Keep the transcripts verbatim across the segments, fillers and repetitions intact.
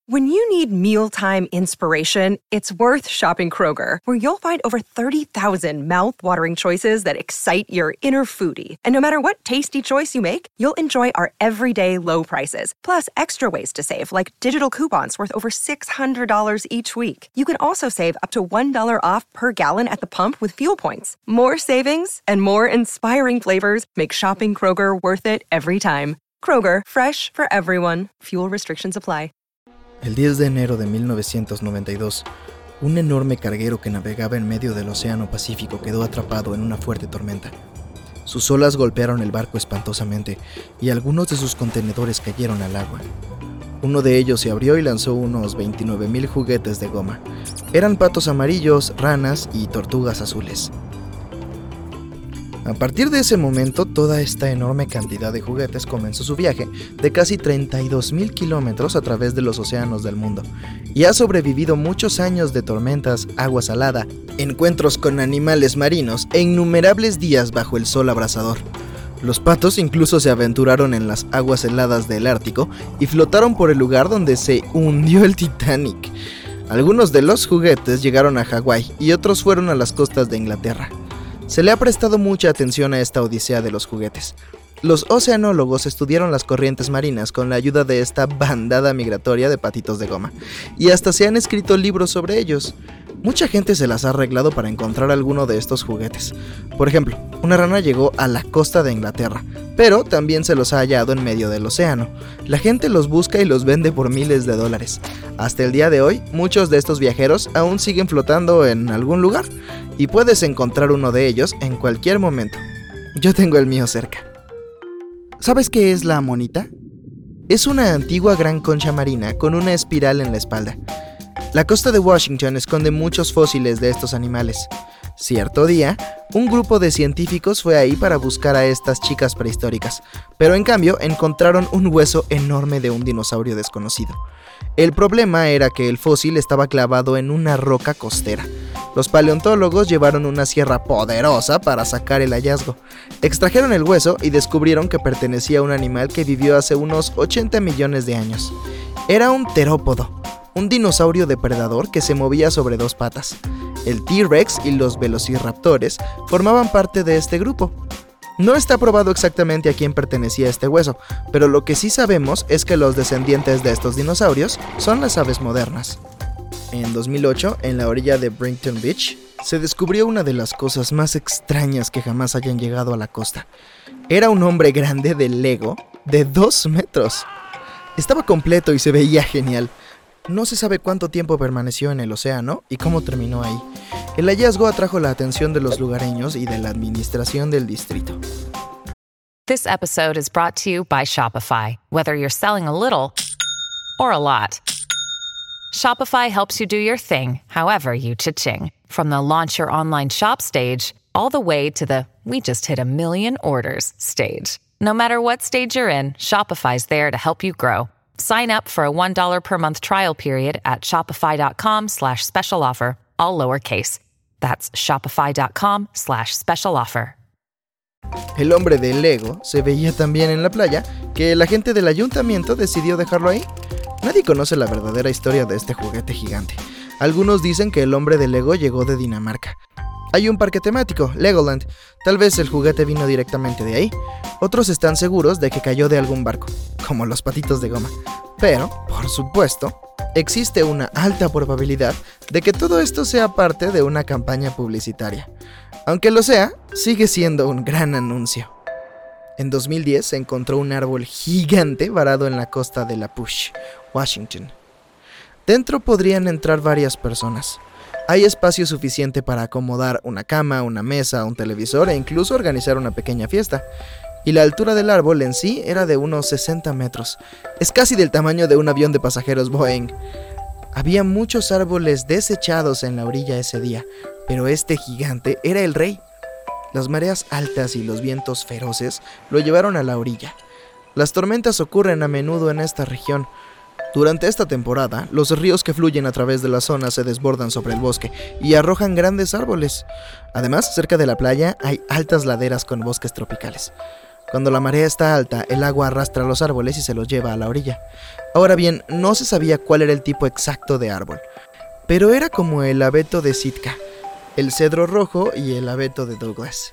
When you need mealtime inspiration, it's worth shopping Kroger, where you'll find over thirty thousand mouth-watering choices that excite your inner foodie. And no matter what tasty choice you make, you'll enjoy our everyday low prices, plus extra ways to save, like digital coupons worth over six hundred dollars each week. You can also save up to one dollar off per gallon at the pump with fuel points. More savings and more inspiring flavors make shopping Kroger worth it every time. Kroger, fresh for everyone. Fuel restrictions apply. El diez de enero de mil novecientos noventa y dos, un enorme carguero que navegaba en medio del Océano Pacífico quedó atrapado en una fuerte tormenta. Sus olas golpearon el barco espantosamente y algunos de sus contenedores cayeron al agua. Uno de ellos se abrió y lanzó unos veintinueve mil juguetes de goma. Eran patos amarillos, ranas y tortugas azules. A partir de ese momento, toda esta enorme cantidad de juguetes comenzó su viaje de casi treinta y dos mil kilómetros a través de los océanos del mundo y ha sobrevivido muchos años de tormentas, agua salada, encuentros con animales marinos e innumerables días bajo el sol abrasador. Los patos incluso se aventuraron en las aguas heladas del Ártico y flotaron por el lugar donde se hundió el Titanic. Algunos de los juguetes llegaron a Hawái y otros fueron a las costas de Inglaterra. Se le ha prestado mucha atención a esta odisea de los juguetes. Los oceanólogos estudiaron las corrientes marinas con la ayuda de esta bandada migratoria de patitos de goma, y hasta se han escrito libros sobre ellos. Mucha gente se las ha arreglado para encontrar alguno de estos juguetes. Por ejemplo, una rana llegó a la costa de Inglaterra, pero también se los ha hallado en medio del océano. La gente los busca y los vende por miles de dólares. Hasta el día de hoy, muchos de estos viajeros aún siguen flotando en algún lugar, y puedes encontrar uno de ellos en cualquier momento. Yo tengo el mío cerca. ¿Sabes qué es la amonita? Es una antigua gran concha marina con una espiral en la espalda. La costa de Washington esconde muchos fósiles de estos animales. Cierto día, un grupo de científicos fue ahí para buscar a estas chicas prehistóricas, pero en cambio encontraron un hueso enorme de un dinosaurio desconocido. El problema era que el fósil estaba clavado en una roca costera. Los paleontólogos llevaron una sierra poderosa para sacar el hallazgo. Extrajeron el hueso y descubrieron que pertenecía a un animal que vivió hace unos ochenta millones de años. Era un terópodo, un dinosaurio depredador que se movía sobre dos patas. El T-Rex y los velociraptores formaban parte de este grupo. No está probado exactamente a quién pertenecía este hueso, pero lo que sí sabemos es que los descendientes de estos dinosaurios son las aves modernas. En dos mil ocho, en la orilla de Brighton Beach, se descubrió una de las cosas más extrañas que jamás hayan llegado a la costa. Era un hombre grande de Lego de dos metros. Estaba completo y se veía genial. No se sabe cuánto tiempo permaneció en el océano y cómo terminó ahí. El hallazgo atrajo la atención de los lugareños y de la administración del distrito. This episode is brought to you by Shopify. Whether you're selling a little or a lot, Shopify helps you do your thing, however you cha-ching. From the launch your online shop stage, all the way to the we just hit a million orders stage. No matter what stage you're in, Shopify's there to help you grow. Sign up for a one dollar per month trial period at shopify.com slash special offer, all lowercase. That's shopify.com slash special offer. El hombre de Lego se veía tan bien en la playa que la gente del ayuntamiento decidió dejarlo ahí. Nadie conoce la verdadera historia de este juguete gigante. Algunos dicen que el hombre de Lego llegó de Dinamarca. Hay un parque temático, Legoland. Tal vez el juguete vino directamente de ahí. Otros están seguros de que cayó de algún barco, como los patitos de goma. Pero, por supuesto, existe una alta probabilidad de que todo esto sea parte de una campaña publicitaria. Aunque lo sea, sigue siendo un gran anuncio. En dos mil diez se encontró un árbol gigante varado en la costa de La Push, Washington. Dentro podrían entrar varias personas. Hay espacio suficiente para acomodar una cama, una mesa, un televisor e incluso organizar una pequeña fiesta. Y la altura del árbol en sí era de unos sesenta metros. Es casi del tamaño de un avión de pasajeros Boeing. Había muchos árboles desechados en la orilla ese día, pero este gigante era el rey. Las mareas altas y los vientos feroces lo llevaron a la orilla. Las tormentas ocurren a menudo en esta región. Durante esta temporada, los ríos que fluyen a través de la zona se desbordan sobre el bosque y arrojan grandes árboles. Además, cerca de la playa hay altas laderas con bosques tropicales. Cuando la marea está alta, el agua arrastra los árboles y se los lleva a la orilla. Ahora bien, no se sabía cuál era el tipo exacto de árbol, pero era como el abeto de Sitka, el cedro rojo y el abeto de Douglas.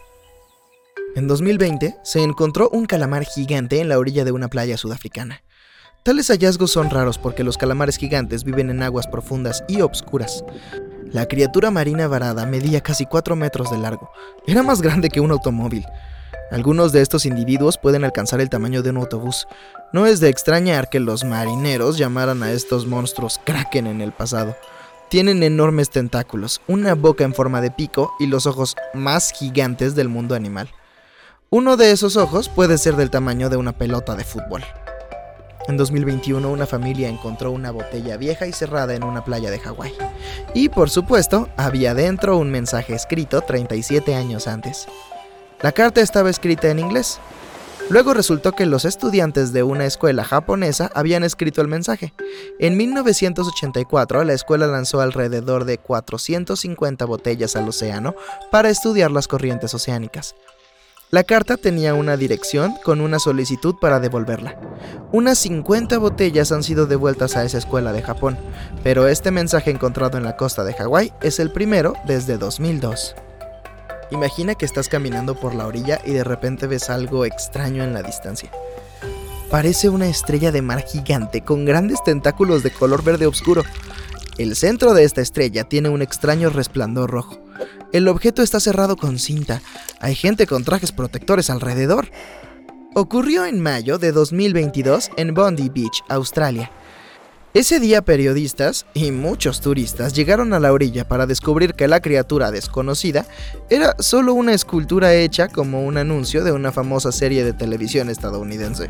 En dos mil veinte se encontró un calamar gigante en la orilla de una playa sudafricana. Tales hallazgos son raros porque los calamares gigantes viven en aguas profundas y obscuras. La criatura marina varada medía casi cuatro metros de largo. Era más grande que un automóvil. Algunos de estos individuos pueden alcanzar el tamaño de un autobús. No es de extrañar que los marineros llamaran a estos monstruos kraken en el pasado. Tienen enormes tentáculos, una boca en forma de pico y los ojos más gigantes del mundo animal. Uno de esos ojos puede ser del tamaño de una pelota de fútbol. En dos mil veintiuno, una familia encontró una botella vieja y cerrada en una playa de Hawái. Y, por supuesto, había dentro un mensaje escrito treinta y siete años antes. La carta estaba escrita en inglés. Luego resultó que los estudiantes de una escuela japonesa habían escrito el mensaje. En mil novecientos ochenta y cuatro, la escuela lanzó alrededor de cuatrocientas cincuenta botellas al océano para estudiar las corrientes oceánicas. La carta tenía una dirección con una solicitud para devolverla. Unas cincuenta botellas han sido devueltas a esa escuela de Japón, pero este mensaje encontrado en la costa de Hawái es el primero desde dos mil dos. Imagina que estás caminando por la orilla y de repente ves algo extraño en la distancia. Parece una estrella de mar gigante con grandes tentáculos de color verde oscuro. El centro de esta estrella tiene un extraño resplandor rojo. El objeto está cerrado con cinta. Hay gente con trajes protectores alrededor. Ocurrió en mayo de dos mil veintidós en Bondi Beach, Australia. Ese día periodistas y muchos turistas llegaron a la orilla para descubrir que la criatura desconocida era solo una escultura hecha como un anuncio de una famosa serie de televisión estadounidense.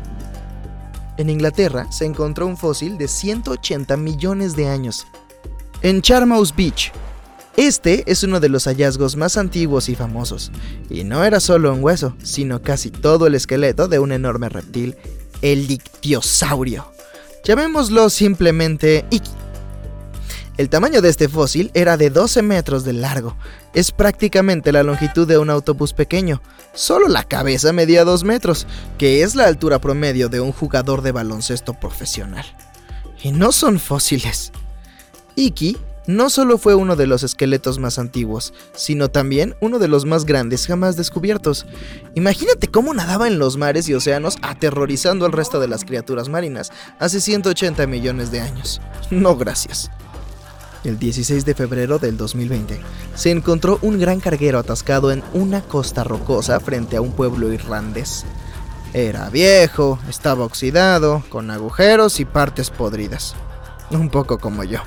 En Inglaterra se encontró un fósil de ciento ochenta millones de años. En Charmouth Beach. Este es uno de los hallazgos más antiguos y famosos, y no era solo un hueso, sino casi todo el esqueleto de un enorme reptil, el ictiosaurio. Llamémoslo simplemente Iki. El tamaño de este fósil era de doce metros de largo, es prácticamente la longitud de un autobús pequeño, solo la cabeza medía dos metros, que es la altura promedio de un jugador de baloncesto profesional. Y no son fósiles. Iki no solo fue uno de los esqueletos más antiguos, sino también uno de los más grandes jamás descubiertos. Imagínate cómo nadaba en los mares y océanos aterrorizando al resto de las criaturas marinas hace ciento ochenta millones de años. No, gracias. El dieciséis de febrero del dos mil veinte, se encontró un gran carguero atascado en una costa rocosa frente a un pueblo irlandés. Era viejo, estaba oxidado, con agujeros y partes podridas. Un poco como yo.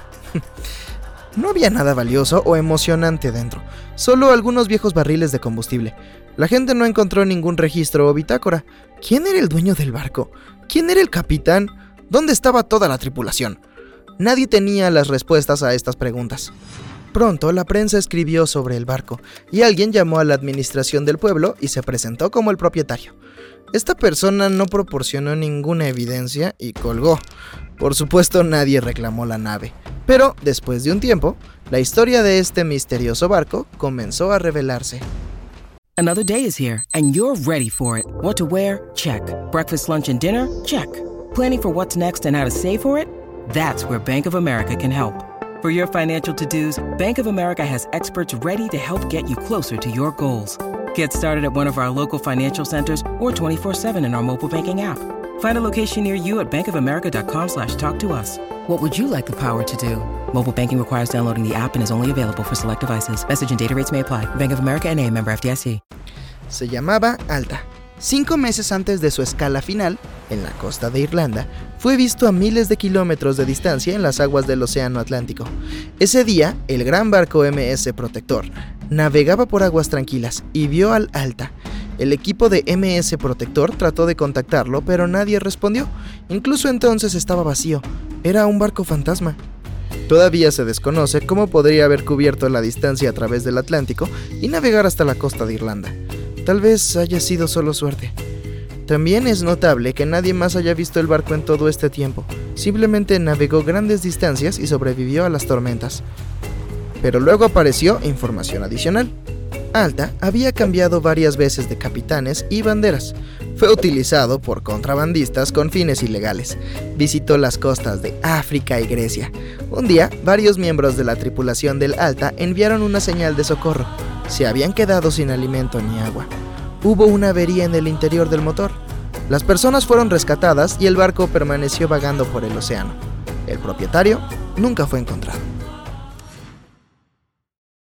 No había nada valioso o emocionante dentro, solo algunos viejos barriles de combustible. La gente no encontró ningún registro o bitácora. ¿Quién era el dueño del barco? ¿Quién era el capitán? ¿Dónde estaba toda la tripulación? Nadie tenía las respuestas a estas preguntas. Pronto la prensa escribió sobre el barco y alguien llamó a la administración del pueblo y se presentó como el propietario. Esta persona no proporcionó ninguna evidencia y colgó. Por supuesto, nadie reclamó la nave. Pero, después de un tiempo, la historia de este misterioso barco comenzó a revelarse. Another day is here, and you're ready for it. What to wear? Check. Breakfast, lunch, and dinner? Check. Planning for what's next and how to save for it? That's where Bank of America can help. For your financial to-dos, Bank of America has experts ready to help get you closer to your goals. Get started at one of our local financial centers or twenty-four seven in our mobile banking app. Find a location near you at bankofamerica.com slash talk to us. What would you like the power to do? Mobile banking requires downloading the app and is only available for select devices. Message and data rates may apply. Bank of America N A, member F D I C. Se llamaba Alta. Cinco meses antes de su escala final, en la costa de Irlanda, fue visto a miles de kilómetros de distancia en las aguas del Océano Atlántico. Ese día, el gran barco eme ese Protector navegaba por aguas tranquilas y vio al Alta. El equipo de eme ese Protector trató de contactarlo, pero nadie respondió. Incluso entonces estaba vacío. Era un barco fantasma. Todavía se desconoce cómo podría haber cubierto la distancia a través del Atlántico y navegar hasta la costa de Irlanda. Tal vez haya sido solo suerte. También es notable que nadie más haya visto el barco en todo este tiempo. Simplemente navegó grandes distancias y sobrevivió a las tormentas. Pero luego apareció información adicional. Alta había cambiado varias veces de capitanes y banderas. Fue utilizado por contrabandistas con fines ilegales. Visitó las costas de África y Grecia. Un día, varios miembros de la tripulación del Alta enviaron una señal de socorro. Se habían quedado sin alimento ni agua. Hubo una avería en el interior del motor. Las personas fueron rescatadas y el barco permaneció vagando por el océano. El propietario nunca fue encontrado.